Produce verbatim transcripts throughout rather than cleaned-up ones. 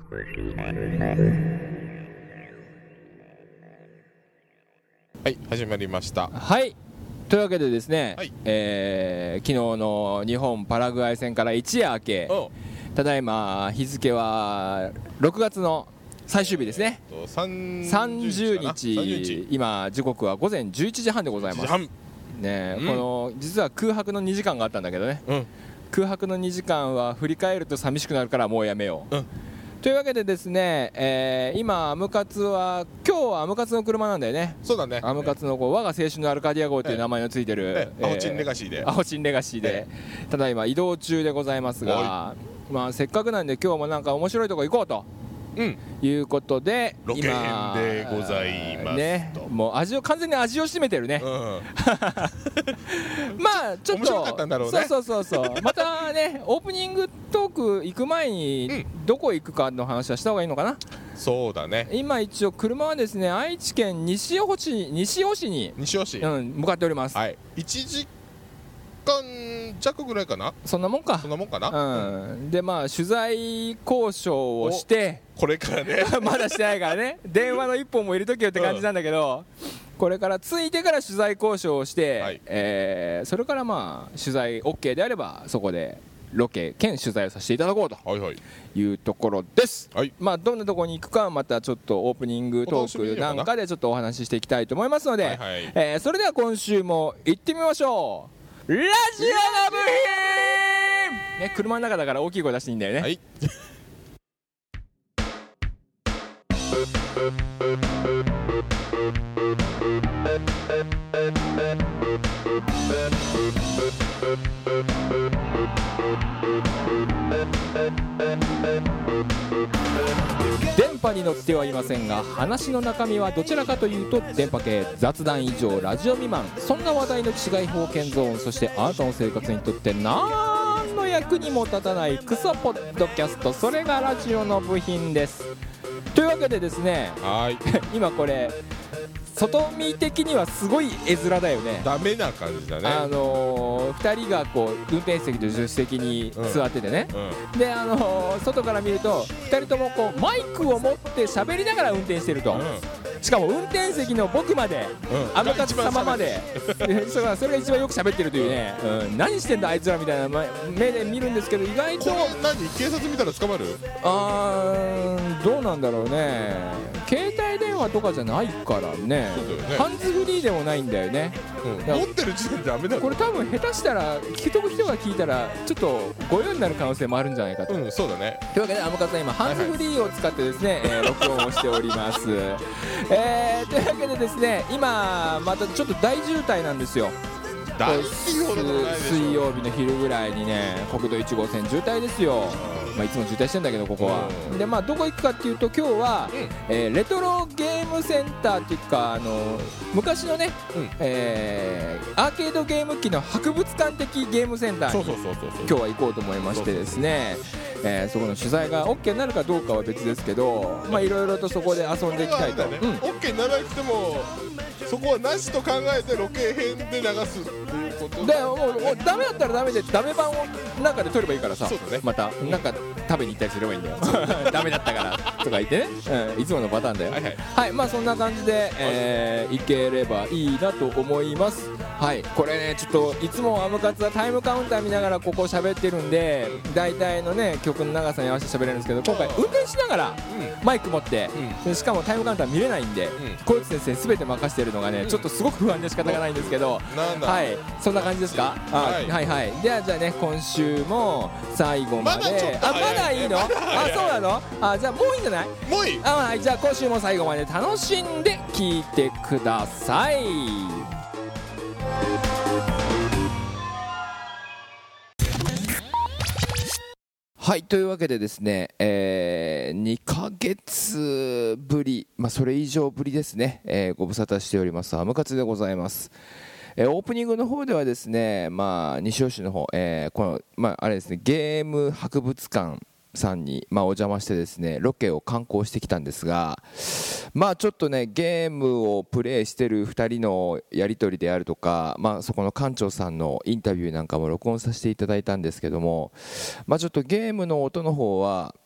はい、始まりました。 はい、というわけでですね、 はい、 えー、昨日の日本パラグアイ戦から一夜明け、ただいま日付はろくがつの最終日ですね。 えー、さんじゅうにち、今時刻はごぜんじゅういちじはんでございますね、うん、この実は空白のにじかんがあったんだけどね、うん、空白のにじかんは振り返ると寂しくなるからもうやめよう、うん、というわけでですね、えー、今アムカツは今日はアムカツの車なんだよね。 そうだね。 アムカツのこう我が青春のアルカディア号という名前のついてる、 えええー、アホチンレガシーでアホチンレガシーで、えー、ただいま移動中でございますが、まあせっかくなんで今日もなんか面白いとこ行こうと、うん、いうことでロケ編でございますね、もう味を完全に味を占めてるね、うん、まあちょっと面白かったんだろうね。 そうそうそうそうまたねオープニングトーク行く前にどこ行くかの話はした方がいいのかな。 そうだね。 今一応車はですね愛知県西尾市西尾市に西尾市、 うん、向かっております、 はい、いちじかん弱ぐらいかな。 そんなもんかそんなもんかな、 うん、でまあ取材交渉をしてこれからねまだしてないからね電話の一本も入れとけよって感じなんだけど、うん、これから着いてから取材交渉をして、はい、えー、それからまあ取材 OK であればそこでロケ兼取材をさせていただこうというところです、はい、まあどんなところに行くかはまたちょっとオープニングトークなんかでちょっとお話ししていきたいと思いますので、はいはい、えー、それでは今週も行ってみましょう。ラジオの部品、ね、車の中だから大きい声出していいんだよね。はい。電波に乗ってはいませんが話の中身はどちらかというと電波系、雑談以上ラジオ未満、そんな話題の違い方見ゾーン、そしてあなたの生活にとって何の役にも立たないクソポッドキャスト、それがラジオの部品です。というわけでですね、はい今これ外見的にはすごい絵面だよね。 ダメな感じだね。 あのー、ふたりがこう運転席と助手席に座っててね、うんうん、で、あのー、外から見るとふたりともこうマイクを持って喋りながら運転してると、うん、しかも運転席の僕まで、うん、アムカツ様までそれが一番よく喋ってるというね、うん、何してんだあいつらみたいな目で見るんですけど、意外とこれ何警察見たら捕まる？ あー、どうなんだろうね。携帯電話とかじゃないからね、ね、ハンズフリーでもないんだよね、 うん、持ってる時点でダメだろ。 これ多分下手したら聞くとく人が聞いたらちょっとご用になる可能性もあるんじゃないかと、 うん、そうだね。 というわけでアムカツは今ハンズフリーを使ってですね、はいはい、えー、録音をしております、えー、というわけでですね、今またちょっと大渋滞なんですよ。水曜日の昼ぐらいにね、国道いち号線渋滞ですよ。まあ、いつも渋滞してんだけどここは。で、まあ、どこ行くかっていうと今日は、うん、えー、レトロゲームセンターっていうか、あの昔のね、うん、えー、アーケードゲーム機の博物館的ゲームセンターに今日は行こうと思いましてですね、えー、そこの取材が OK になるかどうかは別ですけど、まあいろいろとそこで遊んでいきたいと。 OK にならなくてもそこはなしと考えてロケ編で流すっていうことで、もうもうダメだったらダメでダメ版を中で撮ればいいからさ、 そうだね、 またなんか食べに行ったりすればいいんだよダメだったからとか言ってね、うん、いつものパターンだよ。はい、はいはい、まあそんな感じで、えー、いければいいなと思います。はい、これねちょっといつもアムカツはタイムカウンター見ながらここ喋ってるんで大体のね曲の長さに合わせて喋れるんですけど、今回運転しながらマイク持って、うん、しかもタイムカウンター見れないんで、うん、小内先生全て任せてるのがね、うん、ちょっとすごく不安で仕方がないんですけど、はい、そんな感じですか。はい、はいはい、ではじゃあね今週も最後まで、まだあまだいいのあそうなのあ、じゃあもういいんじゃない。 もういいあ、はい、じゃあ今週も最後まで楽しんで聞いてください。はい、というわけでですね、えー、にかげつぶり、まあ、それ以上ぶりですね、えー、ご無沙汰しておりますアムカツでございます。えー、オープニングの方ではですね、まあ、西尾市の方、えー、この、まあ、あれですね、ゲーム博物館さんに、まあ、お邪魔してですねロケを観光してきたんですが、まあちょっとねゲームをプレイしてるふたりのやり取りであるとか、まあそこの館長さんのインタビューなんかも録音させていただいたんですけども、まあちょっとゲームの音の方は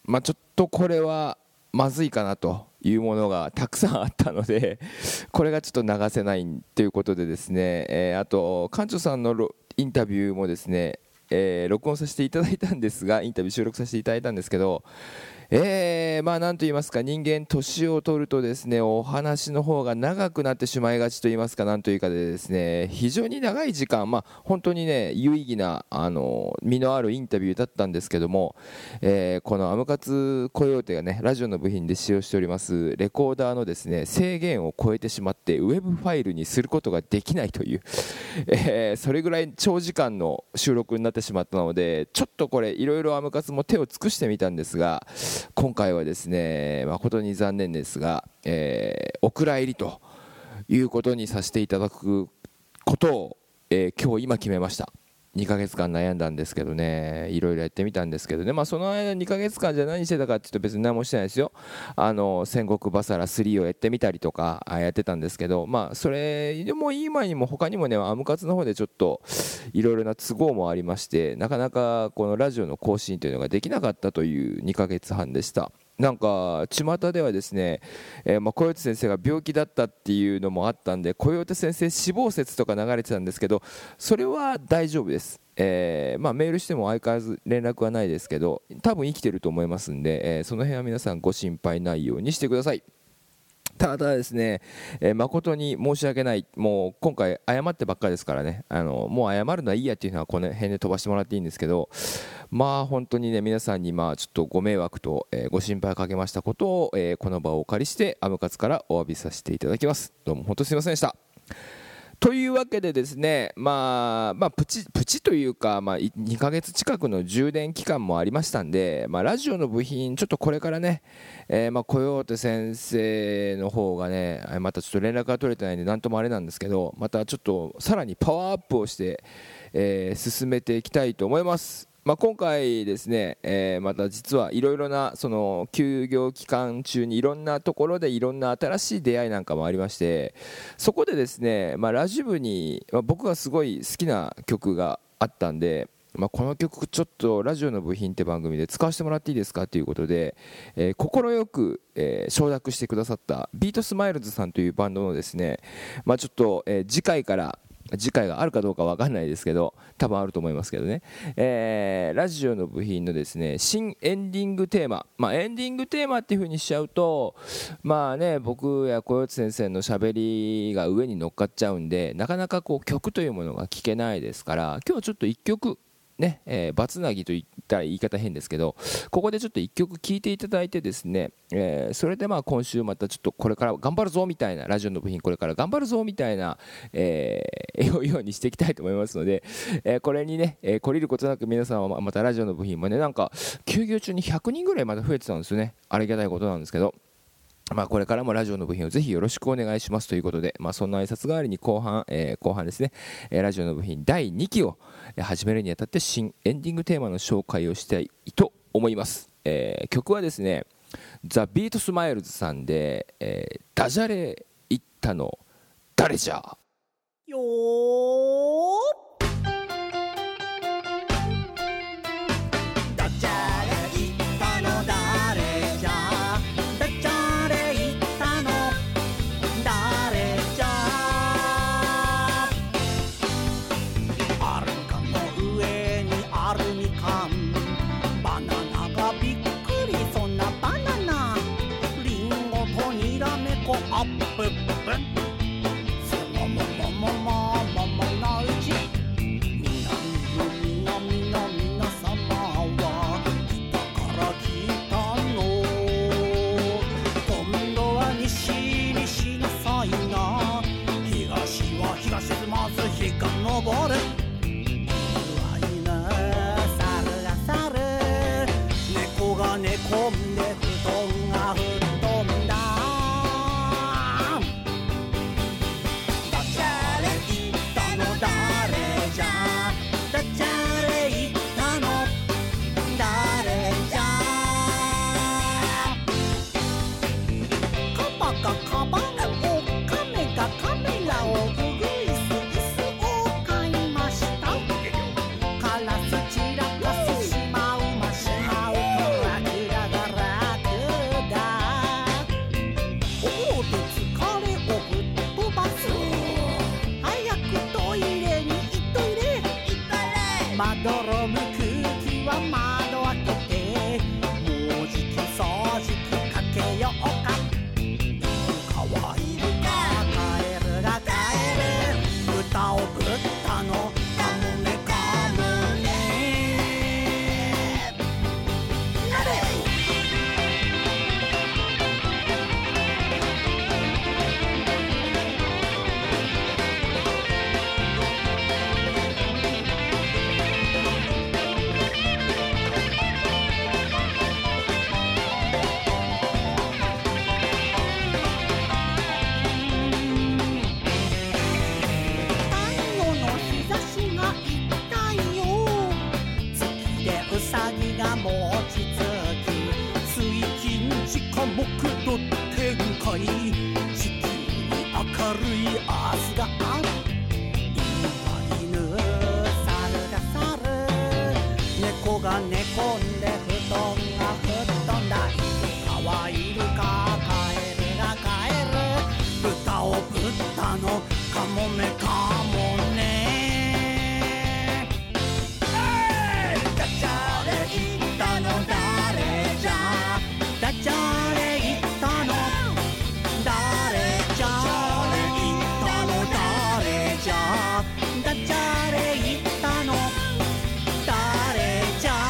まあ、ちょっとこれはまずいかなというものがたくさんあったのでこれがちょっと流せないということでですね、えー、あと館長さんのインタビューもですね、えー、録音させていただいたんですがインタビュー収録させていただいたんですけど、えー、まあなんと言いますか、人間年を取るとですねお話の方が長くなってしまいがちと言いますか、なんというかでですね非常に長い時間、まあ本当にね有意義なあの実のあるインタビューだったんですけども、えー、このアムカツコヨーテがねラジオの部品で使用しておりますレコーダーのですね制限を超えてしまってウェブファイルにすることができないという、えー、それぐらい長時間の収録になってしまったので、ちょっとこれいろいろアムカツも手を尽くしてみたんですが、今回はですね誠に残念ですが、えー、お蔵入りということにさせていただくことを、えー、今日今決めました。にかげつかん悩んだんですけどね、いろいろやってみたんですけどね、まあ、その間にかげつかんじゃ何してたかっていうと別に何もしてないですよ。あの戦国バサラスリーをやってみたりとかやってたんですけど、まあそれでもいい前にも他にもねアムカツの方でちょっといろいろな都合もありまして、なかなかこのラジオの更新というのができなかったというにかげつはんでした。なんか巷ではですね、えー、まあコヨーテ先生が病気だったっていうのもあったんで、コヨーテ先生死亡説とか流れてたんですけど、それは大丈夫です。えーまあ、メールしても相変わらず連絡はないですけど、多分生きてると思いますんで、えー、その辺は皆さんご心配ないようにしてください。ただですね、えー、誠に申し訳ない、もう今回謝ってばっかりですからね、あのもう謝るのはいいやっていうのはこの辺で飛ばしてもらっていいんですけど、まあ本当にね皆さんにまあちょっとご迷惑と、えー、ご心配をかけましたことを、えー、この場をお借りしてアムカツからお詫びさせていただきます。どうも本当すいませんでした。というわけでですね、まあ、まあプチプチというか、まあ、にかげつ近くの充電期間もありましたんで、まあ、ラジオの部品ちょっとこれからね、えー、まあコヨーテ先生の方がねまたちょっと連絡が取れてないんでなんともあれなんですけど、またちょっとさらにパワーアップをして、えー、進めていきたいと思います。まあ、今回ですね、えー、また実はいろいろなその休業期間中にいろんなところでいろんな新しい出会いなんかもありまして、そこでですね、まあ、ラジブに、まあ、僕がすごい好きな曲があったんで、まあ、この曲ちょっとラジオの部品って番組で使わせてもらっていいですかということで、えー、快く、えー、承諾してくださったビートスマイルズさんというバンドのですね、まあ、ちょっと、えー、次回から次回があるかどうか分かんないですけど多分あると思いますけどね、えー、ラジオの部品のですね新エンディングテーマ、まあ、エンディングテーマっていう風にしちゃうとまあね僕やコヨーテ先生のしゃべりが上に乗っかっちゃうんでなかなかこう曲というものが聴けないですから、今日ちょっといっきょくね、えー、バツナギと言ったら言い方変ですけど、ここでちょっといっきょく聴いていただいてですね、えー、それでまあ今週またちょっとこれから頑張るぞみたいな、ラジオの部品これから頑張るぞみたいな、えー、ようにしていきたいと思いますので、えー、これにね、えー、懲りることなく皆さんはまたラジオの部品もね、なんか休業中にひゃくにんぐらいまた増えてたんですよね。ありがたいことなんですけど、まあこれからもラジオの部品をぜひよろしくお願いしますということで、まあそんな挨拶代わりに後半、えー、後半ですね、えー、ラジオの部品だいにきを始めるにあたって新エンディングテーマの紹介をしたいと思います。えー、曲はですね、ザ・ビートスマイルズさんで、えー、ダジャレ言ったの誰じゃよーアップップそのままままままなうちみなみなみなみなさまは北から来たの今度は西にしなさいな東は東へまず日が昇るいな猿が猿猫が寝込んで布団が吹っ飛んだカラス散らかすしまうましまうとあきらが臨時科目と展開、地球に明るい明日がある。犬は犬、猿が猿、猫が寝込んで布団が吹っ飛んだ。イルカはイルカ、カエルがカエル、豚をブッダのカモメカモネ。ダジャレ言ったの誰じゃ、ダジャレ言ったの誰じゃ、言ったの誰じゃ、ダジャレ言ったの誰じゃ。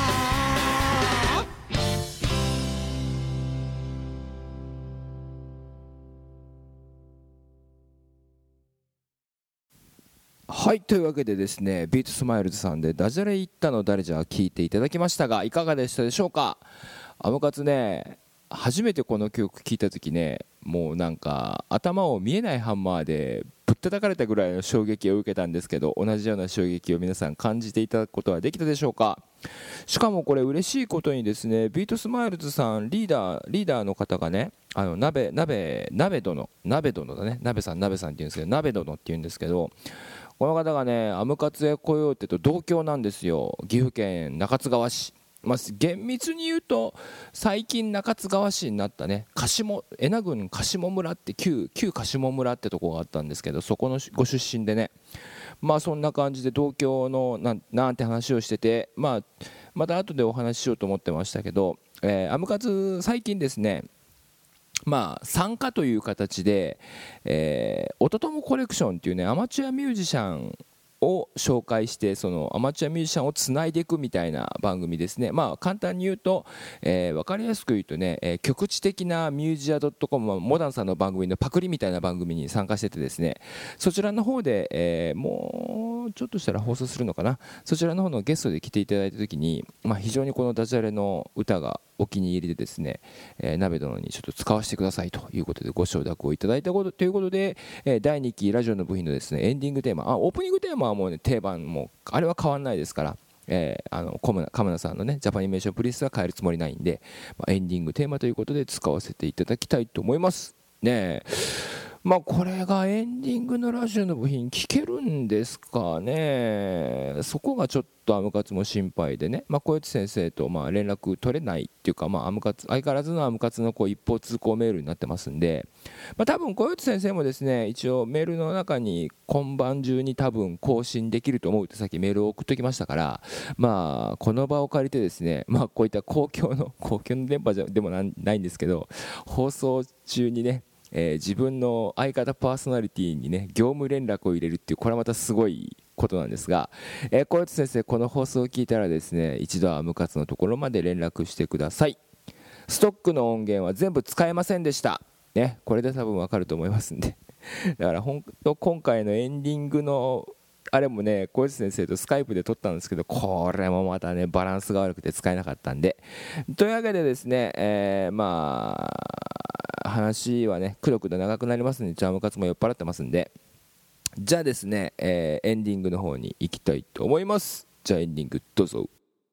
はい、というわけでですね、ビートスマイルズさんでダジャレ言ったの誰じゃ聞いていただきましたが、いかがでしたでしょうか。アムカツね、初めてこの曲聞いた時ね、もうなんか頭を見えないハンマーでぶったたかれたぐらいの衝撃を受けたんですけど、同じような衝撃を皆さん感じていただくことはできたでしょうか。しかもこれ嬉しいことにですね、ビートスマイルズさんリーダーリーダーの方がね、あの鍋鍋鍋殿鍋殿だね、鍋さん鍋さんって言うんですけど、鍋殿って言うんですけど、この方がね、アムカツへ来ようってと同郷なんですよ。岐阜県中津川市、まあ、厳密に言うと最近中津川市になったね、柏恵那郡柏村って旧旧柏村ってとこがあったんですけど、そこのご出身でね、まあそんな感じで同郷のなんなんて話をしてて、まあまた後でお話ししようと思ってましたけど、えー、アムカツ最近ですね、まあ参加という形で、えー、音友コレクションっていうね、アマチュアミュージシャンを紹介して、そのアマチュアミュージシャンをつないでいくみたいな番組ですね。まあ簡単に言うと、えー、分かりやすく言うとね、えー、局地的なミュージア .com、モダンさんの番組のパクリみたいな番組に参加しててですね、そちらの方で、えー、もうちょっとしたら放送するのかな、そちらの方のゲストで来ていただいた時に、まあ、非常にこのダジャレの歌がお気に入りでですね、えー、鍋殿にちょっと使わせてくださいということでご承諾をいただいたことということで、えー、だいにきラジオの部品のですねエンディングテーマ、あオープニングテーマはもうね定番、もうあれは変わんないですから、えー、あのカムナ、カムナさんのねジャパニメーションプリンスは変えるつもりないんで、まあ、エンディングテーマということで使わせていただきたいと思いますね。まあこれがエンディングのラジオの部品聞けるんですかね。そこがちょっとアムカツも心配でね、まあ、小内先生とまあ連絡取れないっていうか、まあアムカツ相変わらずのアムカツのこう一方通行メールになってますんで、まあ、多分小内先生もですね、一応メールの中に今晩中に多分更新できると思うってさっきメールを送っときましたから、まあこの場を借りてですね、まあこういった公共の公共の電波でもないんですけど、放送中にね、えー、自分の相方パーソナリティにね業務連絡を入れるっていう、これはまたすごいことなんですが、えー、小内先生、この放送を聞いたらですね、一度はアムカツのところまで連絡してください。ストックの音源は全部使えませんでしたね。これで多分わかると思いますんでだから本当今回のエンディングのあれもね、小内先生とスカイプで撮ったんですけど、これもまたねバランスが悪くて使えなかったんで、というわけでですね、えー、まあ話はねくどくど長くなりますので、じゃあアムカツも酔っ払ってますんで、じゃあですね、えー、エンディングの方に行きたいと思います。じゃあエンディングどうぞ。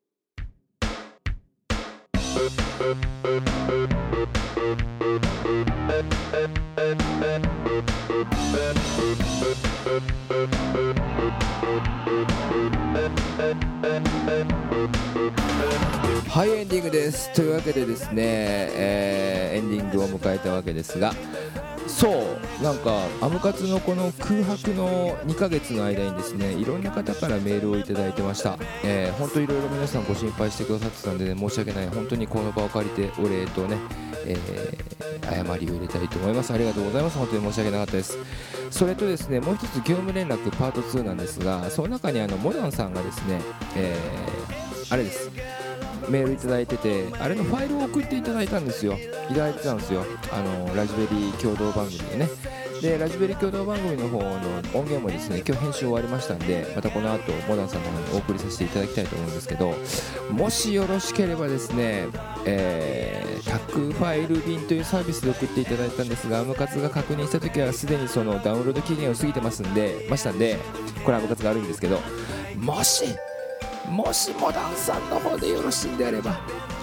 はい、エンディングです。というわけでですね、えー、エンディングを迎えたわけですが、そうなんかアムカツのこの空白のにかげつの間にですね、いろんな方からメールをいただいてました。えー、本当いろいろ皆さんご心配してくださってたんで、ね、申し訳ない。本当にこの場を借りてお礼とね、えー、謝りを入れたいと思います。ありがとうございます。本当に申し訳なかったです。それとですね、もう一つ業務連絡パートツーなんですが、その中にあのモダンさんがですね、えー、あれですメールいただいてて、あれのファイルを送っていただいたんですよ。いただいてたんですよ、あのラジベリー共同番組でね。でラジベリー共同番組の方の音源もですね、今日編集終わりましたんで、またこの後モダンさんの方にお送りさせていただきたいと思うんですけど、もしよろしければですね、えー、宅ファイル便というサービスで送っていただいたんですが、アムカツが確認した時はすでにそのダウンロード期限を過ぎてますんでましたんで、これはアムカツが悪いんですけど、もしもしモダンさんの方でよろしいんであれば、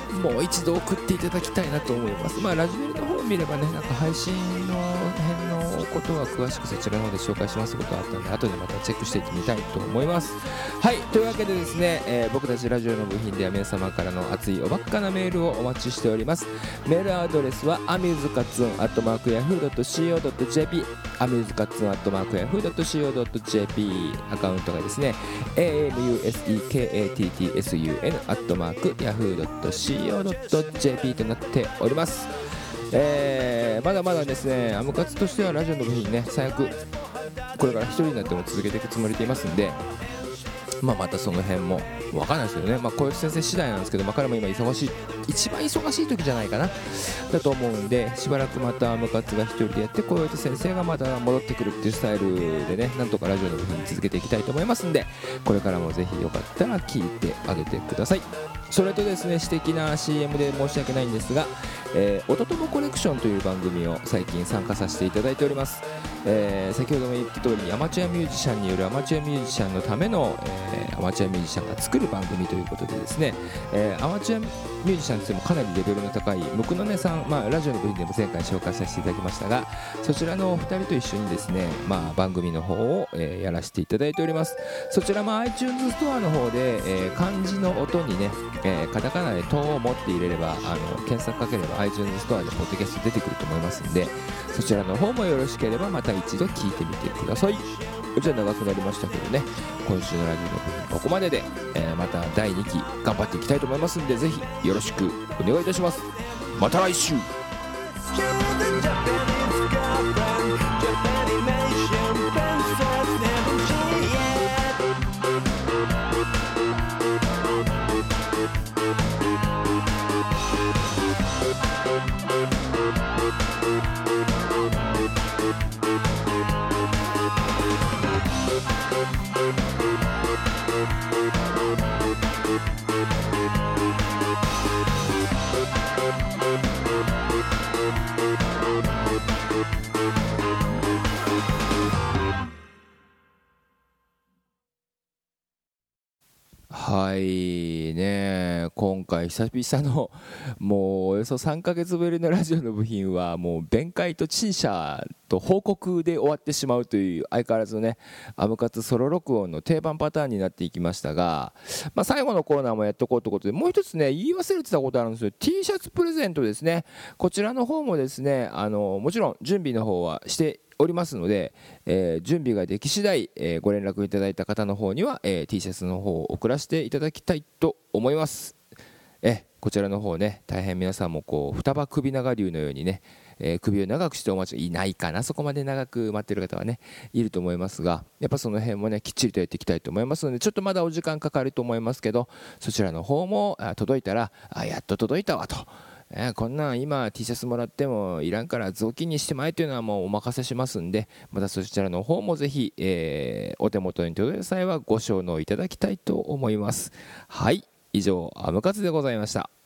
もう一度送っていただきたいなと思います。まあラジオの方を見ればね、なんか配信の辺のことは詳しくそちらの方で紹介しますことがあったので、後でまたチェックしていってみたいと思います。はい、というわけでですね、えー、僕たちラジオの部品では皆様からの熱いおばっかなメールをお待ちしております。メールアドレスはアミューズカツンアットマークヤフードットシーオードットジェーピー、 アミューズカツンアットマークヤフードットシーオードットジェーピー、アカウントがですね エーエムユーエスイーケーエーティーティーエスユーエヌ アットマークヤフードットシーオードットジェーピー となっております。えー、まだまだですね、アムカツとしてはラジオの部品ね、最悪これから一人になっても続けていくつもりでいますんで、まあ、またその辺も分かんないですけどね、まあ、小雪先生次第なんですけど、まあ、彼も今忙しい、一番忙しい時じゃないかなだと思うんで、しばらくまたアムカツが一人でやって、小雪先生がまた戻ってくるっていうスタイルでね、なんとかラジオの部品続けていきたいと思いますんで、これからもぜひよかったら聞いてあげてください。それとですね、私的な シーエム で申し訳ないんですが、えー、おとともコレクションという番組を最近参加させていただいております。えー、先ほども言った通り、アマチュアミュージシャンによるアマチュアミュージシャンのための、えー、アマチュアミュージシャンが作る番組ということでですね、えー、アマチュアミュージシャンとしてもかなりレベルの高いむくのねさん、まあ、ラジオの部品でも前回紹介させていただきましたが、そちらのお二人と一緒にですね、まあ、番組の方を、えー、やらせていただいております。そちらも iTunes ストアの方で、えー、漢字の音にね、えー、カタカナでトを持って入れれば、あの検索かければ iTunes ストアでポッドキャスト出てくると思いますんで、そちらの方もよろしければまた一度聞いてみてください。じゃあ長くなりましたけどね、今週のラジオの部分ここまでで、えー、まただいにき頑張っていきたいと思いますんで、ぜひよろしくお願いいたします。また来週。はいね、今回久々のもうおよそさんかげつぶりのラジオの部品はもう弁解と陳謝と報告で終わってしまうという、相変わらずねアムカツソロ録音の定番パターンになっていきましたが、まあ、最後のコーナーもやっておこうということで、もう一つね言い忘れてたことあるんですよ。 T シャツプレゼントですね。こちらの方もですね、あのもちろん準備の方はしておりますので、えー、準備ができ次第、えー、ご連絡いただいた方の方には、えー、T シャツの方を送らせていただきたいと思います。えこちらの方ね、大変皆さんもこう双葉首長竜のようにね、えー、首を長くしてお待ち、いないかな、そこまで長く待ってる方はねいると思いますが、やっぱその辺もねきっちりとやっていきたいと思いますので、ちょっとまだお時間かかると思いますけど、そちらの方も届いたら、あやっと届いたわと、えー、こんなん今 T シャツもらってもいらんから雑巾にしてまえというのはもうお任せしますんで、またそちらの方もぜひ、えー、お手元に届いた際はご承納いただきたいと思います。はい、以上アムカツでございました。